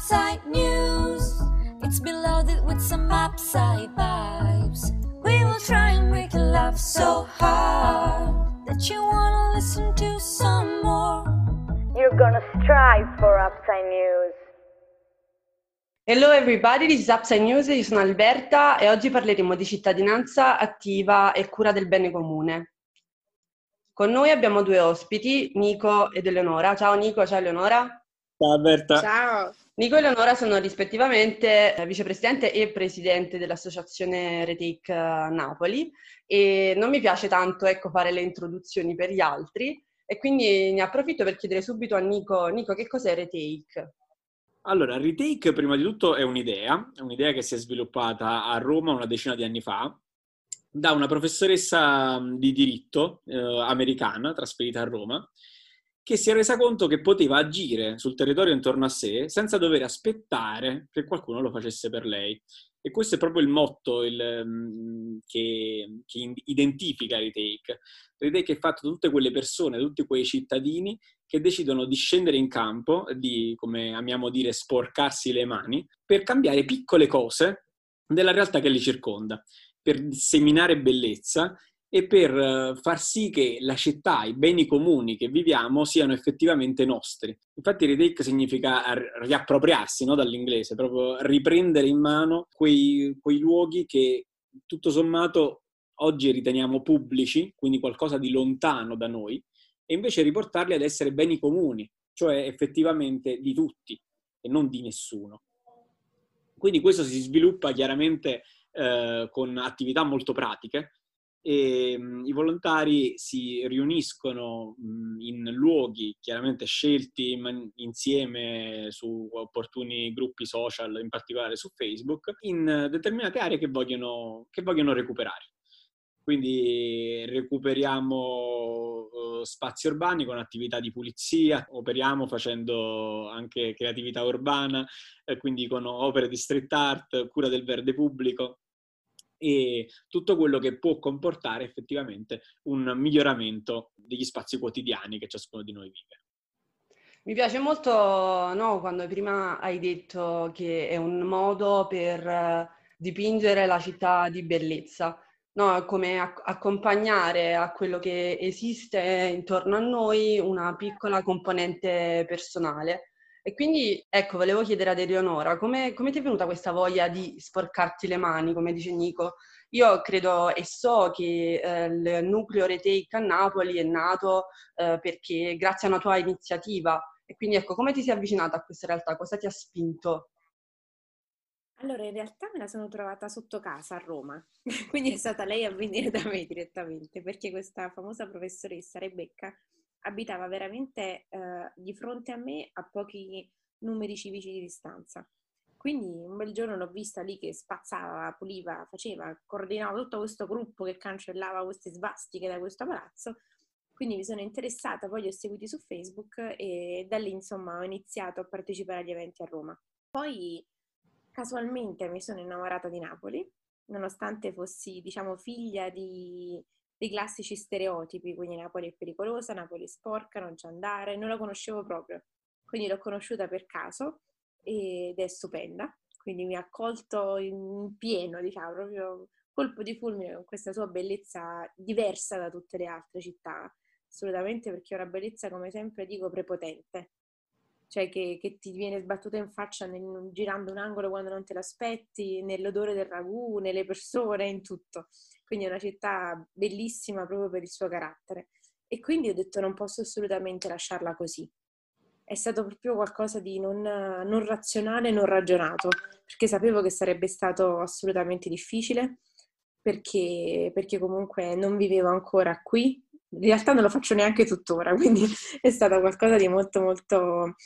upside news. It's been loaded with some upside vibes. We will try and make you laugh so hard that you wanna listen to some more. You're gonna strive for upside news. Hello everybody, this is Upside News, io sono Alberta e oggi parleremo di cittadinanza attiva e cura del bene comune. Con noi abbiamo due ospiti, Nico ed Eleonora. Ciao Nico, ciao Eleonora. Ciao Alberta. Ciao. Nico e Eleonora sono rispettivamente vicepresidente e presidente dell'associazione Retake Napoli e non mi piace tanto fare le introduzioni per gli altri e quindi ne approfitto per chiedere subito a Nico, che cos'è Retake? Allora, Retake prima di tutto è un'idea che si è sviluppata a Roma una decina di anni fa da una professoressa di diritto americana trasferita a Roma che si è resa conto che poteva agire sul territorio intorno a sé senza dover aspettare che qualcuno lo facesse per lei. E questo è proprio il motto che identifica Retake. Retake è fatto da tutte quelle persone, da tutti quei cittadini che decidono di scendere in campo, di, come amiamo dire, sporcarsi le mani, per cambiare piccole cose della realtà che li circonda, per disseminare bellezza e per far sì che la città, i beni comuni che viviamo siano effettivamente nostri. Infatti Retake significa riappropriarsi, no, dall'inglese, proprio riprendere in mano quei luoghi che tutto sommato oggi riteniamo pubblici, quindi qualcosa di lontano da noi, e invece riportarli ad essere beni comuni, cioè effettivamente di tutti e non di nessuno. Quindi questo si sviluppa chiaramente con attività molto pratiche e i volontari si riuniscono in luoghi chiaramente scelti insieme su opportuni gruppi social, in particolare su Facebook, in determinate aree che vogliono recuperare. Quindi recuperiamo spazi urbani con attività di pulizia, operiamo facendo anche creatività urbana, quindi con opere di street art, cura del verde pubblico e tutto quello che può comportare effettivamente un miglioramento degli spazi quotidiani che ciascuno di noi vive. Mi piace molto, no, quando prima hai detto che è un modo per dipingere la città di bellezza. No, come accompagnare a quello che esiste intorno a noi una piccola componente personale. E quindi, ecco, volevo chiedere ad Eleonora, come ti è venuta questa voglia di sporcarti le mani, come dice Nico? Io credo e so che il nucleo Retake a Napoli è nato perché grazie a una tua iniziativa. E quindi, ecco, come ti sei avvicinata a questa realtà? Cosa ti ha spinto? Allora, in realtà me la sono trovata sotto casa a Roma, quindi è stata lei a venire da me direttamente, perché questa famosa professoressa Rebecca abitava veramente di fronte a me a pochi numeri civici di distanza. Quindi un bel giorno l'ho vista lì che spazzava, puliva, coordinava tutto questo gruppo che cancellava queste svastiche da questo palazzo. Quindi mi sono interessata, poi li ho seguiti su Facebook e da lì insomma ho iniziato a partecipare agli eventi a Roma. Poi casualmente mi sono innamorata di Napoli, nonostante fossi, diciamo, figlia dei classici stereotipi, quindi Napoli è pericolosa, Napoli è sporca, non c'è andare, non la conoscevo proprio. Quindi l'ho conosciuta per caso ed è stupenda, quindi mi ha accolto in pieno, diciamo, proprio colpo di fulmine con questa sua bellezza diversa da tutte le altre città, assolutamente, perché è una bellezza, come sempre dico, prepotente. Cioè che ti viene sbattuta in faccia girando un angolo quando non te l'aspetti, nell'odore del ragù, nelle persone, in tutto. Quindi è una città bellissima proprio per il suo carattere. E quindi ho detto non posso assolutamente lasciarla così. È stato proprio qualcosa di non razionale, non ragionato, perché sapevo che sarebbe stato assolutamente difficile, perché comunque non vivevo ancora qui. In realtà non lo faccio neanche tuttora, quindi è stato qualcosa di molto molto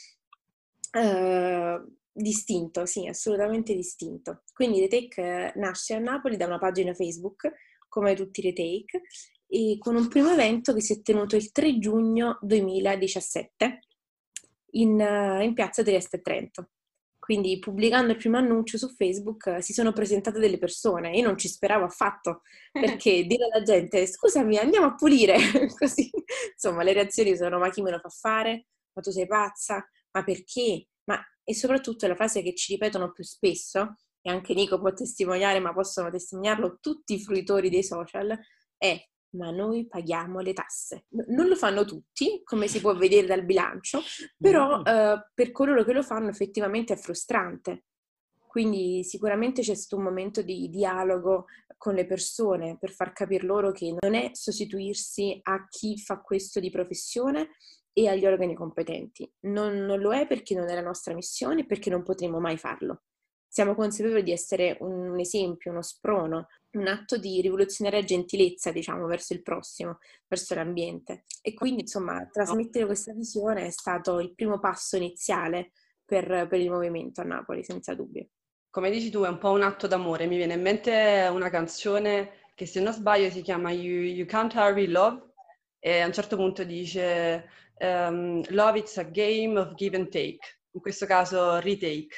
distinto, sì, assolutamente distinto. Quindi Retake nasce a Napoli da una pagina Facebook, come tutti i Retake, e con un primo evento che si è tenuto il 3 giugno 2017 in piazza Trieste e Trento. Quindi pubblicando il primo annuncio su Facebook si sono presentate delle persone, io non ci speravo affatto, perché dire alla gente scusami andiamo a pulire, così insomma le reazioni sono ma chi me lo fa fare? Ma tu sei pazza? Ma perché? Ma E soprattutto la frase che ci ripetono più spesso, e anche Nico può testimoniare, ma possono testimoniarlo tutti i fruitori dei social, è: ma noi paghiamo le tasse. Non lo fanno tutti, come si può vedere dal bilancio, però per coloro che lo fanno effettivamente è frustrante. Quindi sicuramente c'è stato un momento di dialogo con le persone per far capire loro che non è sostituirsi a chi fa questo di professione e agli organi competenti. Non lo è perché non è la nostra missione e perché non potremo mai farlo. Siamo consapevoli di essere un esempio, uno sprono, un atto di rivoluzionaria gentilezza, diciamo, verso il prossimo, verso l'ambiente. E quindi, insomma, trasmettere questa visione è stato il primo passo iniziale per il movimento a Napoli, senza dubbio. Come dici tu, è un po' un atto d'amore. Mi viene in mente una canzone che, se non sbaglio, si chiama You Can't Hurry Love, e a un certo punto dice Love it's a game of give and take. In questo caso retake.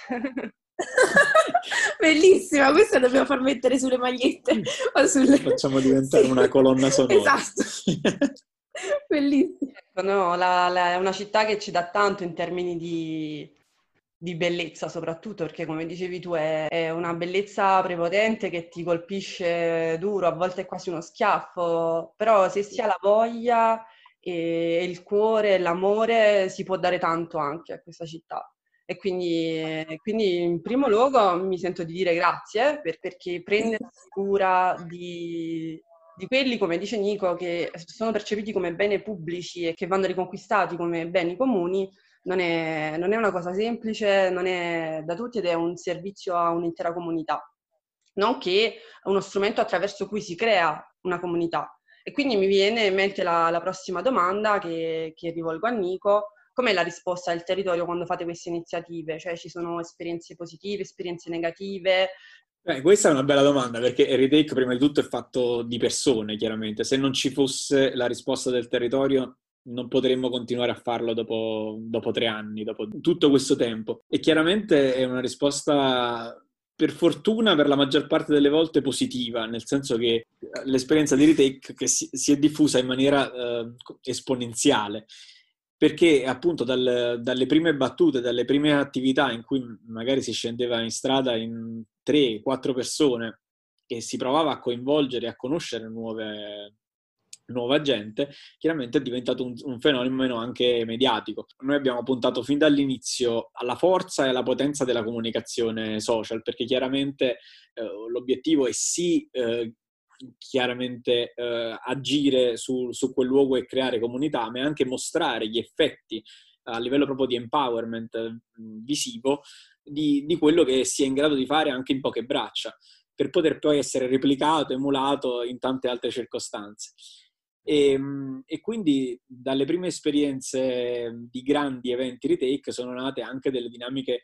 Bellissima, questa dobbiamo far mettere sulle magliette o sulle... Facciamo diventare una colonna sonora. Esatto. Bellissima. Ecco, no, è una città che ci dà tanto in termini di bellezza, soprattutto perché, come dicevi tu, è una bellezza prepotente che ti colpisce duro, a volte è quasi uno schiaffo, però se si ha la voglia e il cuore e l'amore si può dare tanto anche a questa città. E quindi in primo luogo mi sento di dire grazie perché prendersi cura di quelli, come dice Nico, che sono percepiti come beni pubblici e che vanno riconquistati come beni comuni, non è una cosa semplice, non è da tutti ed è un servizio a un'intera comunità, nonché uno strumento attraverso cui si crea una comunità. E quindi mi viene in mente la prossima domanda che rivolgo a Nico. Com'è la risposta del territorio quando fate queste iniziative? Cioè, ci sono esperienze positive, esperienze negative? Questa è una bella domanda, perché il retake prima di tutto è fatto di persone, chiaramente. Se non ci fosse la risposta del territorio, non potremmo continuare a farlo dopo 3 anni, dopo tutto questo tempo. E chiaramente è una risposta, per fortuna, per la maggior parte delle volte positiva, nel senso che l'esperienza di retake che si è diffusa in maniera esponenziale. Perché appunto dalle prime battute, dalle prime attività in cui magari si scendeva in strada in 3-4 persone e si provava a coinvolgere e a conoscere nuova gente, chiaramente è diventato un fenomeno anche mediatico. Noi abbiamo puntato fin dall'inizio alla forza e alla potenza della comunicazione social, perché chiaramente l'obiettivo è sì chiaramente agire su quel luogo e creare comunità, ma anche mostrare gli effetti a livello proprio di empowerment visivo di quello che si è in grado di fare anche in poche braccia, per poter poi essere replicato, emulato in tante altre circostanze. E quindi dalle prime esperienze di grandi eventi retake sono nate anche delle dinamiche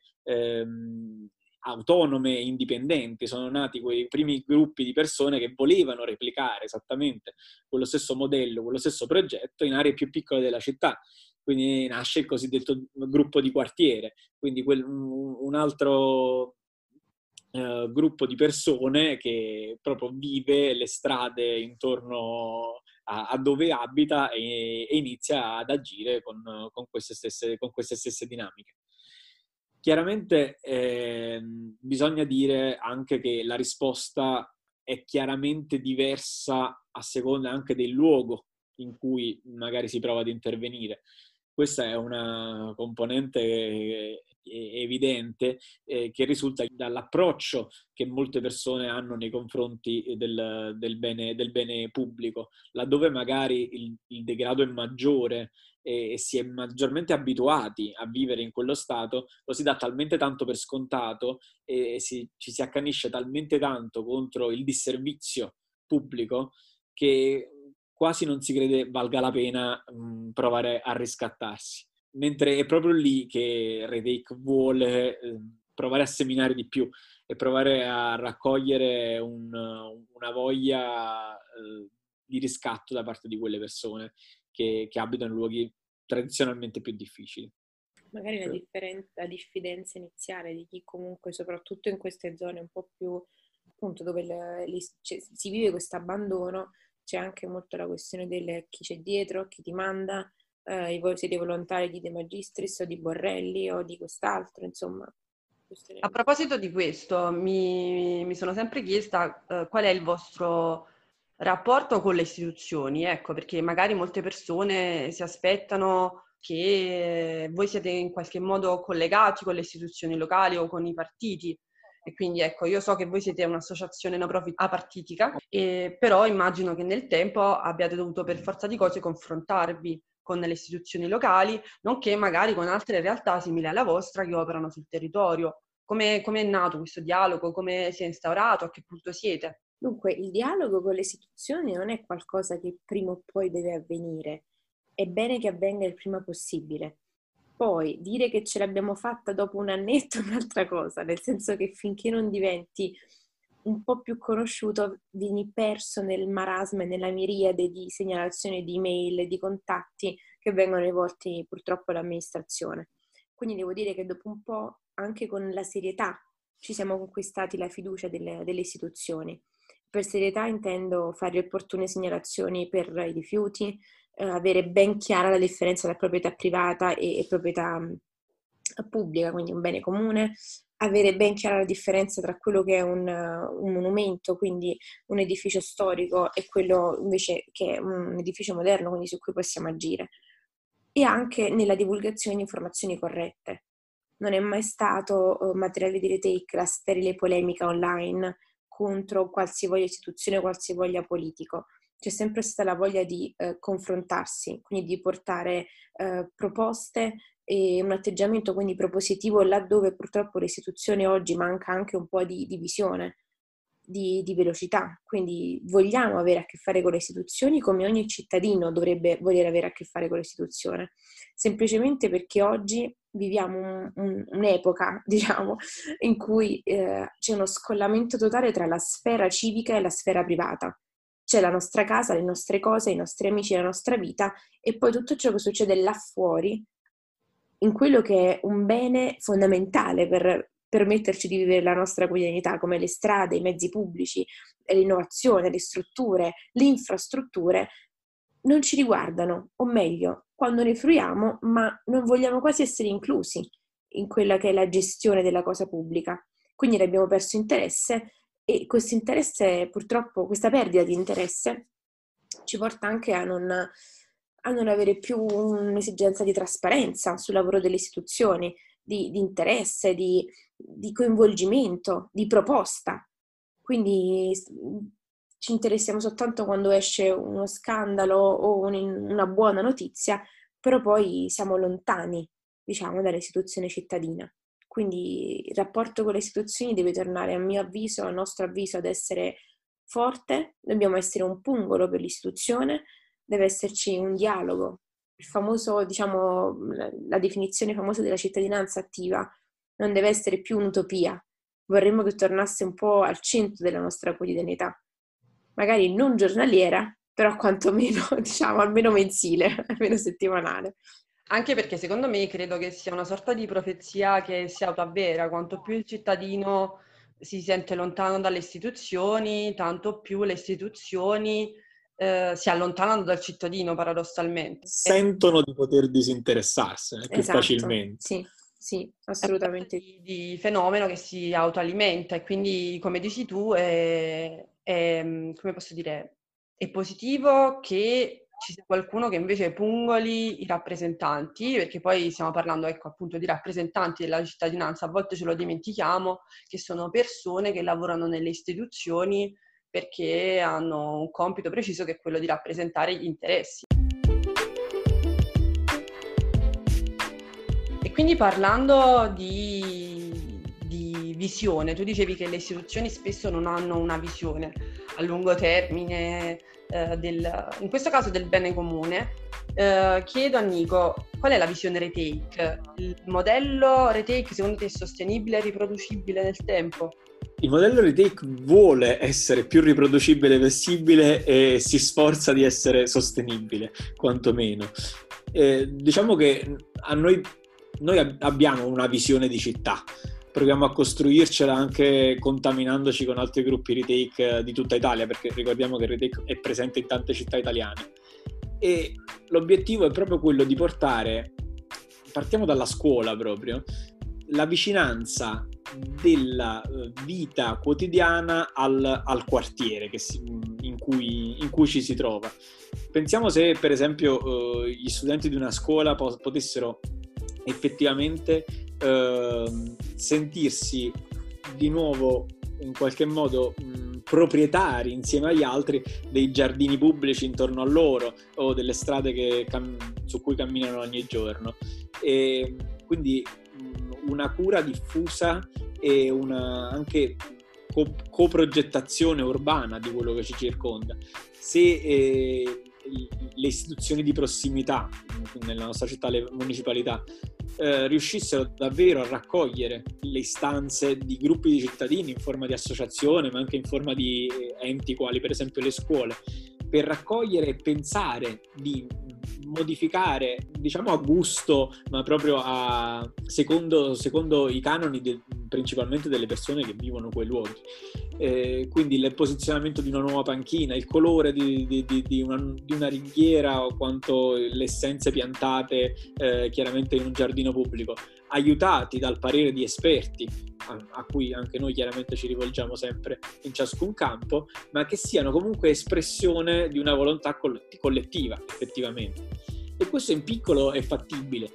autonome e indipendenti, sono nati quei primi gruppi di persone che volevano replicare esattamente quello stesso modello, quello stesso progetto in aree più piccole della città. Quindi nasce il cosiddetto gruppo di quartiere, quindi un altro gruppo di persone che proprio vive le strade intorno a dove abita e inizia ad agire con queste stesse dinamiche. Chiaramente bisogna dire anche che la risposta è chiaramente diversa a seconda anche del luogo in cui magari si prova ad intervenire. Questa è una componente evidente che risulta dall'approccio che molte persone hanno nei confronti del bene pubblico, laddove magari il degrado è maggiore e si è maggiormente abituati a vivere in quello stato, lo si dà talmente tanto per scontato e ci si accanisce talmente tanto contro il disservizio pubblico che quasi non si crede valga la pena provare a riscattarsi. Mentre è proprio lì che Retake vuole provare a seminare di più e provare a raccogliere una voglia di riscatto da parte di quelle persone che abitano in luoghi tradizionalmente più difficili. Magari la diffidenza iniziale di chi comunque, soprattutto in queste zone un po' più, appunto, dove si vive questo abbandono, c'è anche molto la questione del chi c'è dietro, chi ti manda, voi siete volontari di De Magistris o di Borrelli o di quest'altro, insomma. A proposito di questo, mi sono sempre chiesta qual è il vostro rapporto con le istituzioni, ecco, perché magari molte persone si aspettano che voi siete in qualche modo collegati con le istituzioni locali o con i partiti. E quindi ecco, io so che voi siete un'associazione no profit apartitica, però immagino che nel tempo abbiate dovuto per forza di cose confrontarvi con le istituzioni locali, nonché magari con altre realtà simili alla vostra che operano sul territorio. Come è nato questo dialogo? Come si è instaurato? A che punto siete? Dunque, il dialogo con le istituzioni non è qualcosa che prima o poi deve avvenire. È bene che avvenga il prima possibile. Poi, dire che ce l'abbiamo fatta dopo un annetto è un'altra cosa, nel senso che finché non diventi un po' più conosciuto, vieni perso nel marasma e nella miriade di segnalazioni, di email, di contatti che vengono rivolti purtroppo all'amministrazione. Quindi devo dire che dopo un po', anche con la serietà, ci siamo conquistati la fiducia delle istituzioni. Per serietà intendo fare le opportune segnalazioni per i rifiuti, avere ben chiara la differenza tra proprietà privata e proprietà pubblica, quindi un bene comune, avere ben chiara la differenza tra quello che è un monumento, quindi un edificio storico, e quello invece che è un edificio moderno, quindi su cui possiamo agire. E anche nella divulgazione di informazioni corrette. Non è mai stato materiale di retake la sterile polemica online contro qualsivoglia istituzione, qualsivoglia politico. C'è sempre stata la voglia di confrontarsi, quindi di portare proposte e un atteggiamento quindi propositivo laddove purtroppo le istituzioni oggi manca anche un po' di visione, di velocità. Quindi vogliamo avere a che fare con le istituzioni come ogni cittadino dovrebbe voler avere a che fare con l'istituzione, semplicemente perché oggi viviamo un'epoca, diciamo, in cui c'è uno scollamento totale tra la sfera civica e la sfera privata. C'è la nostra casa, le nostre cose, i nostri amici, la nostra vita, e poi tutto ciò che succede là fuori, in quello che è un bene fondamentale per permetterci di vivere la nostra quotidianità, come le strade, i mezzi pubblici, l'innovazione, le strutture, le infrastrutture, non ci riguardano, o meglio, quando ne fruiamo, ma non vogliamo quasi essere inclusi in quella che è la gestione della cosa pubblica. Quindi ne abbiamo perso interesse, e questo interesse, purtroppo, questa perdita di interesse ci porta anche a non avere più un'esigenza di trasparenza sul lavoro delle istituzioni, di interesse, di coinvolgimento, di proposta. Quindi ci interessiamo soltanto quando esce uno scandalo o una buona notizia, però poi siamo lontani, diciamo, dall'istituzione cittadina. Quindi il rapporto con le istituzioni deve tornare, a mio avviso, a nostro avviso, ad essere forte. Dobbiamo essere un pungolo per l'istituzione, deve esserci un dialogo. Il famoso, diciamo, la definizione famosa della cittadinanza attiva non deve essere più un'utopia. Vorremmo che tornasse un po' al centro della nostra quotidianità. Magari non giornaliera, però quantomeno, diciamo, almeno mensile, almeno settimanale. Anche perché secondo me credo che sia una sorta di profezia che si autoavvera. Quanto più il cittadino si sente lontano dalle istituzioni, tanto più le istituzioni si allontanano dal cittadino, paradossalmente. Sentono di poter disinteressarsene più facilmente. Sì, assolutamente. Di fenomeno che si autoalimenta, e quindi, come dici tu, come posso dire, è positivo che ci sia qualcuno che invece pungoli i rappresentanti, perché poi stiamo parlando, ecco, appunto, di rappresentanti della cittadinanza. A volte ce lo dimentichiamo, che sono persone che lavorano nelle istituzioni perché hanno un compito preciso, che è quello di rappresentare gli interessi. E quindi, parlando di visione, tu dicevi che le istituzioni spesso non hanno una visione a lungo termine, in questo caso del bene comune. Chiedo a Nico, qual è la visione retake? Il modello retake secondo te è sostenibile e riproducibile nel tempo? Il modello retake vuole essere più riproducibile possibile e si sforza di essere sostenibile, quantomeno. Diciamo che noi abbiamo una visione di città. Proviamo a costruircela anche contaminandoci con altri gruppi retake di tutta Italia, perché ricordiamo che il retake è presente in tante città italiane. E l'obiettivo è proprio quello di portare, partiamo dalla scuola proprio, la vicinanza della vita quotidiana al quartiere in cui ci si trova. Pensiamo se per esempio gli studenti di una scuola potessero effettivamente sentirsi di nuovo in qualche modo proprietari insieme agli altri dei giardini pubblici intorno a loro o delle strade su cui camminano ogni giorno. E quindi una cura diffusa e una anche coprogettazione urbana di quello che ci circonda. Se le istituzioni di prossimità nella nostra città, le municipalità, riuscissero davvero a raccogliere le istanze di gruppi di cittadini in forma di associazione, ma anche in forma di enti quali per esempio le scuole, per raccogliere e pensare di modificare, diciamo a gusto, ma proprio secondo i canoni principalmente delle persone che vivono quei luoghi. Quindi il posizionamento di una nuova panchina, il colore di una ringhiera o quanto le essenze piantate chiaramente in un giardino pubblico, aiutati dal parere di esperti a cui anche noi chiaramente ci rivolgiamo sempre in ciascun campo, ma che siano comunque espressione di una volontà collettiva effettivamente. E questo in piccolo è fattibile.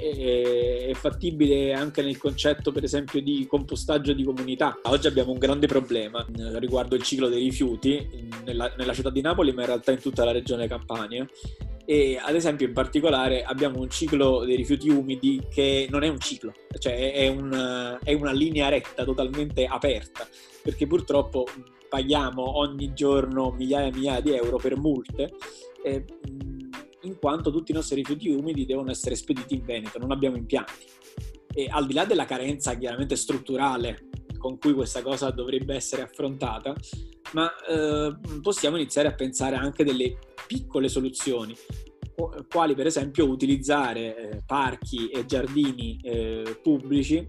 È fattibile anche nel concetto per esempio di compostaggio di comunità. Oggi abbiamo un grande problema riguardo il ciclo dei rifiuti nella città di Napoli, ma in realtà in tutta la regione Campania. E ad esempio in particolare abbiamo un ciclo dei rifiuti umidi che non è un ciclo, cioè è una linea retta totalmente aperta, perché purtroppo paghiamo ogni giorno migliaia e migliaia di euro per multe, in quanto tutti i nostri rifiuti umidi devono essere spediti in Veneto, non abbiamo impianti. E al di là della carenza chiaramente strutturale con cui questa cosa dovrebbe essere affrontata, ma possiamo iniziare a pensare anche delle piccole soluzioni, quali per esempio utilizzare parchi e giardini pubblici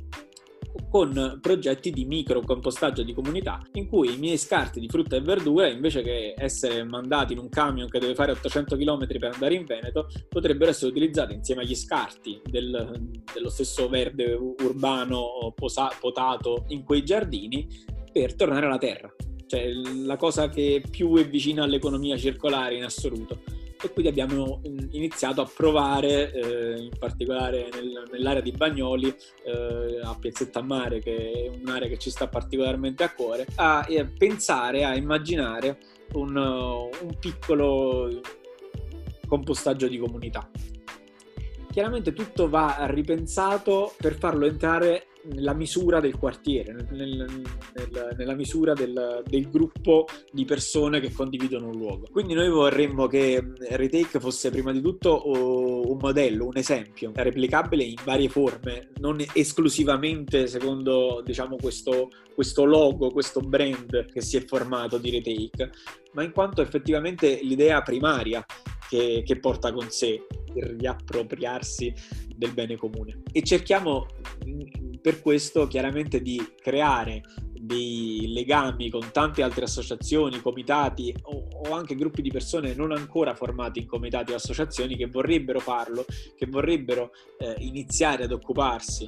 con progetti di microcompostaggio di comunità, in cui i miei scarti di frutta e verdura, invece che essere mandati in un camion che deve fare 800 km per andare in Veneto, potrebbero essere utilizzati insieme agli scarti dello stesso verde urbano potato in quei giardini per tornare alla terra. Cioè la cosa che più è vicina all'economia circolare in assoluto. E quindi abbiamo iniziato a provare, in particolare nell'area di Bagnoli, a Piazzetta a Mare, che è un'area che ci sta particolarmente a cuore, a pensare, a immaginare un piccolo compostaggio di comunità. Chiaramente tutto va ripensato per farlo entrare nella misura del quartiere, nella misura del gruppo di persone che condividono un luogo. Quindi noi vorremmo che Retake fosse prima di tutto un modello, un esempio, replicabile in varie forme, non esclusivamente secondo, diciamo, questo logo, questo brand che si è formato di Retake, ma in quanto effettivamente l'idea primaria che porta con sé il riappropriarsi del bene comune. E cerchiamo per questo chiaramente di creare dei legami con tante altre associazioni, comitati o anche gruppi di persone non ancora formati in comitati o associazioni che vorrebbero farlo, che vorrebbero iniziare ad occuparsi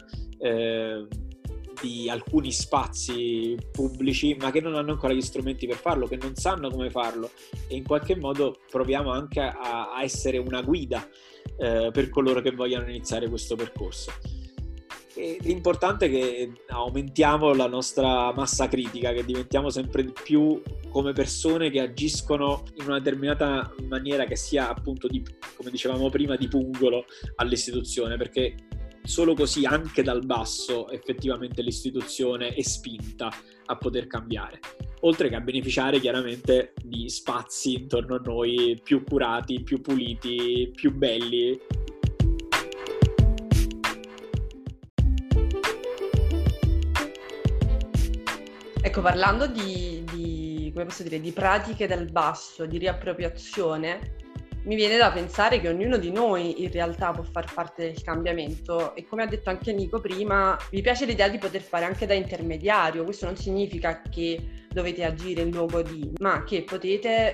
di alcuni spazi pubblici, ma che non hanno ancora gli strumenti per farlo, che non sanno come farlo, e in qualche modo proviamo anche a essere una guida per coloro che vogliono iniziare questo percorso. E l'importante è che aumentiamo la nostra massa critica, che diventiamo sempre di più come persone che agiscono in una determinata maniera che sia appunto come dicevamo prima, di pungolo all'istituzione, perché solo così anche dal basso effettivamente l'istituzione è spinta a poter cambiare, oltre che a beneficiare chiaramente di spazi intorno a noi più curati, più puliti, più belli. Ecco, parlando come posso dire, di pratiche dal basso, di riappropriazione, mi viene da pensare che ognuno di noi in realtà può far parte del cambiamento, e come ha detto anche Nico prima, mi piace l'idea di poter fare anche da intermediario. Questo non significa che dovete agire in luogo di, ma che potete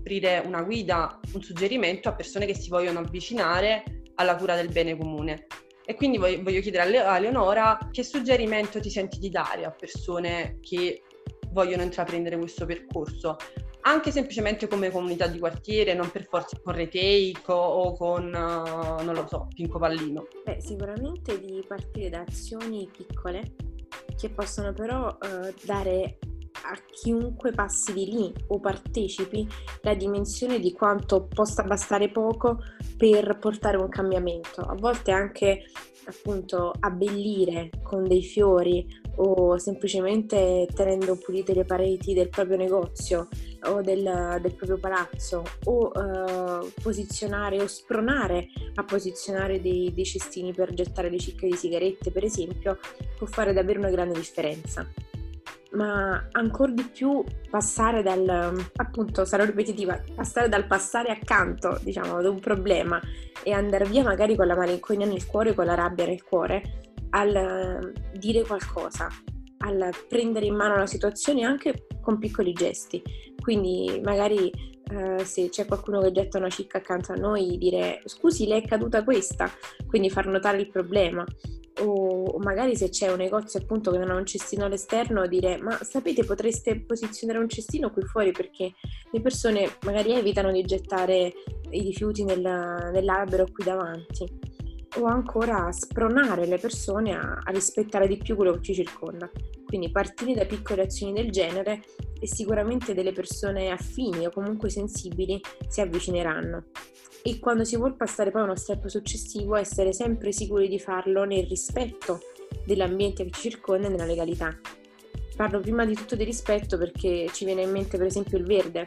offrire una guida, un suggerimento a persone che si vogliono avvicinare alla cura del bene comune. E quindi voglio chiedere a Leonora che suggerimento ti senti di dare a persone che vogliono intraprendere questo percorso, anche semplicemente come comunità di quartiere, non per forza con Retake o con, non lo so, Pinco Pallino. Sicuramente di partire da azioni piccole che possono però dare a chiunque passi di lì o partecipi la dimensione di quanto possa bastare poco per portare un cambiamento. A volte anche appunto abbellire con dei fiori o semplicemente tenendo pulite le pareti del proprio negozio o del proprio palazzo o posizionare o spronare a posizionare dei cestini per gettare le cicche di sigarette, per esempio, può fare davvero una grande differenza. Ma ancora di più passare appunto, sarò ripetitiva, passare dal passare accanto, diciamo, ad un problema e andare via magari con la malinconia nel cuore, con la rabbia nel cuore, al dire qualcosa, al prendere in mano la situazione anche con piccoli gesti. Quindi magari se c'è qualcuno che getta una cicca accanto a noi, dire scusi, le è caduta questa, quindi far notare il problema. O magari se c'è un negozio appunto che non ha un cestino all'esterno, dire ma sapete, potreste posizionare un cestino qui fuori, perché le persone magari evitano di gettare i rifiuti nell'albero qui davanti. O ancora spronare le persone a rispettare di più quello che ci circonda. Quindi partire da piccole azioni del genere e sicuramente delle persone affini o comunque sensibili si avvicineranno. E quando si vuol passare poi a uno step successivo, essere sempre sicuri di farlo nel rispetto dell'ambiente che ci circonda e nella legalità. Parlo prima di tutto di rispetto perché ci viene in mente per esempio il verde.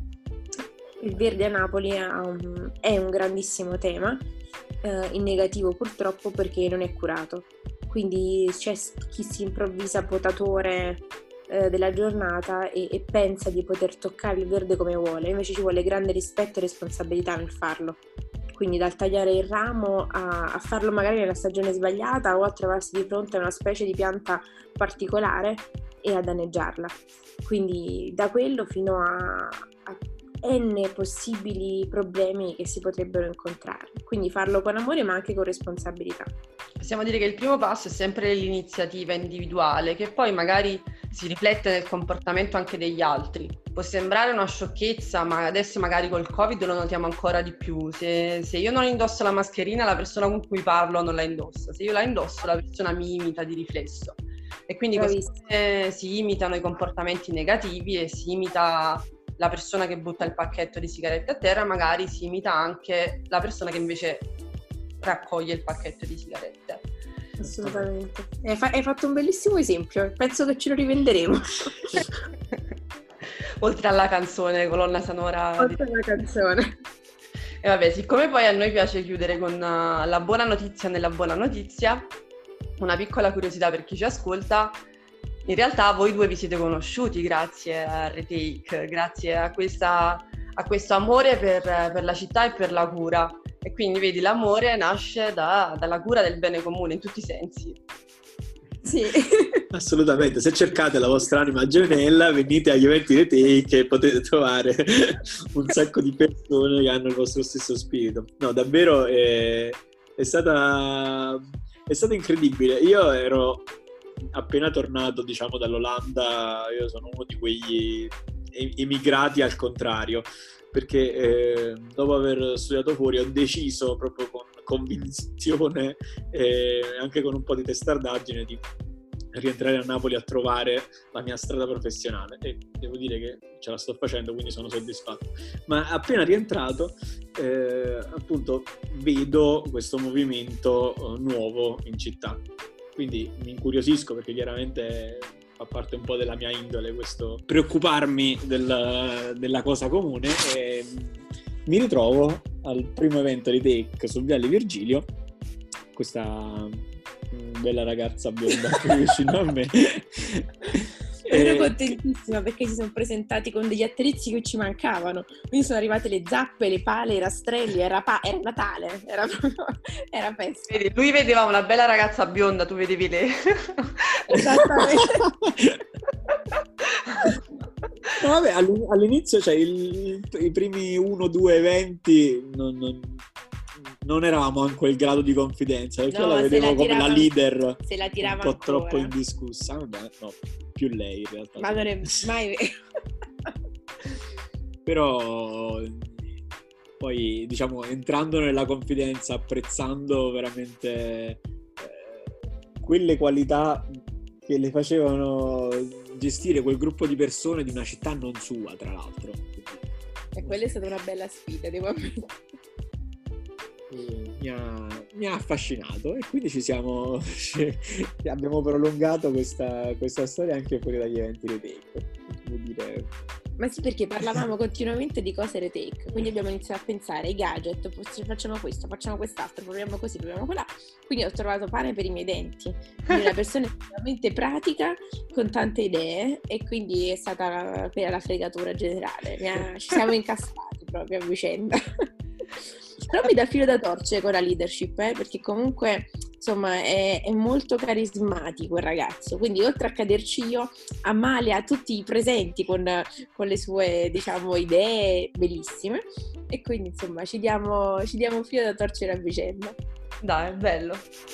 Il verde a Napoli è un grandissimo tema, in negativo purtroppo perché non è curato. Quindi c'è chi si improvvisa potatore della giornata e pensa di poter toccare il verde come vuole, invece ci vuole grande rispetto e responsabilità nel farlo. Quindi dal tagliare il ramo a farlo magari nella stagione sbagliata o a trovarsi di fronte a una specie di pianta particolare e a danneggiarla. Quindi da quello fino a n possibili problemi che si potrebbero incontrare. Quindi farlo con amore ma anche con responsabilità. Possiamo dire che il primo passo è sempre l'iniziativa individuale, che poi magari si riflette nel comportamento anche degli altri. Può sembrare una sciocchezza, ma adesso magari col Covid lo notiamo ancora di più. Se io non indosso la mascherina, la persona con cui parlo non la indossa. Se io la indosso, la persona mi imita di riflesso. E quindi così si imitano i comportamenti negativi e si imita la persona che butta il pacchetto di sigarette a terra, magari si imita anche la persona che invece raccoglie il pacchetto di sigarette. Assolutamente. Hai fatto un bellissimo esempio, penso che ce lo rivenderemo. Oltre alla canzone, colonna sonora. Oltre alla canzone. E vabbè, siccome poi a noi piace chiudere con la buona notizia nella buona notizia, una piccola curiosità per chi ci ascolta: in realtà voi due vi siete conosciuti grazie a Retake, grazie a questo amore per la città e per la cura. E quindi vedi, l'amore nasce dalla cura del bene comune in tutti i sensi. Sì. Assolutamente, se cercate la vostra anima gemella, venite agli eventi Retake e potete trovare un sacco di persone che hanno il vostro stesso spirito. No, davvero è stata incredibile. Io ero appena tornato, diciamo, dall'Olanda. Io sono uno di quegli emigrati al contrario, perché dopo aver studiato fuori ho deciso proprio con convinzione e anche con un po' di testardaggine di rientrare a Napoli a trovare la mia strada professionale, e devo dire che ce la sto facendo, quindi sono soddisfatto. Ma appena rientrato appunto vedo questo movimento nuovo in città, quindi mi incuriosisco, perché chiaramente fa parte un po' della mia indole questo preoccuparmi della cosa comune, e mi ritrovo al primo evento di Tech sul Viale Virgilio, questa bella ragazza bionda qui vicino a me. Ero contentissima perché si sono presentati con degli attrezzi che ci mancavano, quindi sono arrivate le zappe, le pale, i rastrelli, era Natale, era festa. Vedi, lui vedeva una bella ragazza bionda, tu vedevi le... Esattamente. No, vabbè, all'inizio, cioè, i primi 1-2 eventi non eravamo in quel grado di confidenza, perché io la vedevo come la leader, se la tirava un po' ancora. troppo indiscussa. Vabbè, no, più lei in realtà. Ma non è mai vero. Però poi, diciamo, entrando nella confidenza, apprezzando veramente quelle qualità che le facevano gestire quel gruppo di persone di una città non sua, tra l'altro. E quella è stata una bella sfida, devo ammettere. Mi ha affascinato, e quindi abbiamo prolungato questa storia anche fuori dagli eventi retake. Devo dire. Ma sì, perché parlavamo continuamente di cose retake, quindi abbiamo iniziato a pensare ai gadget, facciamo questo, facciamo quest'altro, proviamo così, proviamo quella. Quindi ho trovato pane per i miei denti, quindi una persona estremamente pratica, con tante idee, e quindi è stata per la fregatura generale. Ci siamo incastrati proprio a vicenda. Però mi dà filo da torcere con la leadership, perché comunque, insomma, è molto carismatico il ragazzo, quindi oltre a caderci io, ammalia tutti i presenti con le sue, diciamo, idee bellissime, e quindi, insomma, ci diamo filo da torcere a vicenda. Dai, è bello.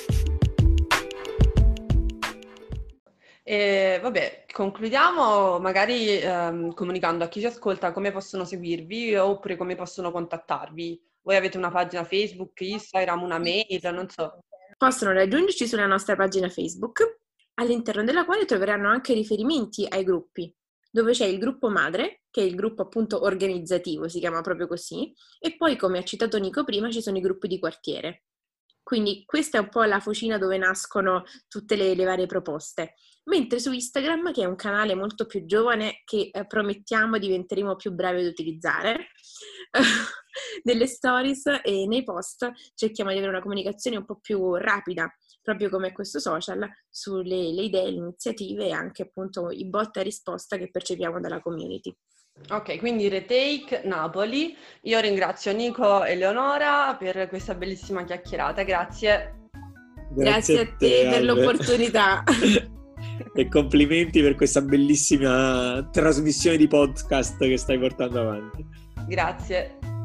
E vabbè, concludiamo magari comunicando a chi ci ascolta come possono seguirvi oppure come possono contattarvi. Voi avete una pagina Facebook, Instagram, una mail, non so. Possono raggiungerci sulla nostra pagina Facebook, all'interno della quale troveranno anche riferimenti ai gruppi, dove c'è il gruppo madre, che è il gruppo appunto organizzativo, si chiama proprio così, e poi, come ha citato Nico prima, ci sono i gruppi di quartiere. Quindi questa è un po' la fucina dove nascono tutte le varie proposte. Mentre su Instagram, che è un canale molto più giovane, che promettiamo diventeremo più bravi ad utilizzare, nelle stories e nei post cerchiamo di avere una comunicazione un po' più rapida, proprio come questo social, sulle idee, le iniziative e anche appunto i botta e risposta che percepiamo dalla community. Ok, quindi Retake Napoli. Io ringrazio Nico e Eleonora per questa bellissima chiacchierata, grazie. Grazie a te per l'opportunità. E complimenti per questa bellissima trasmissione di podcast che stai portando avanti. Grazie.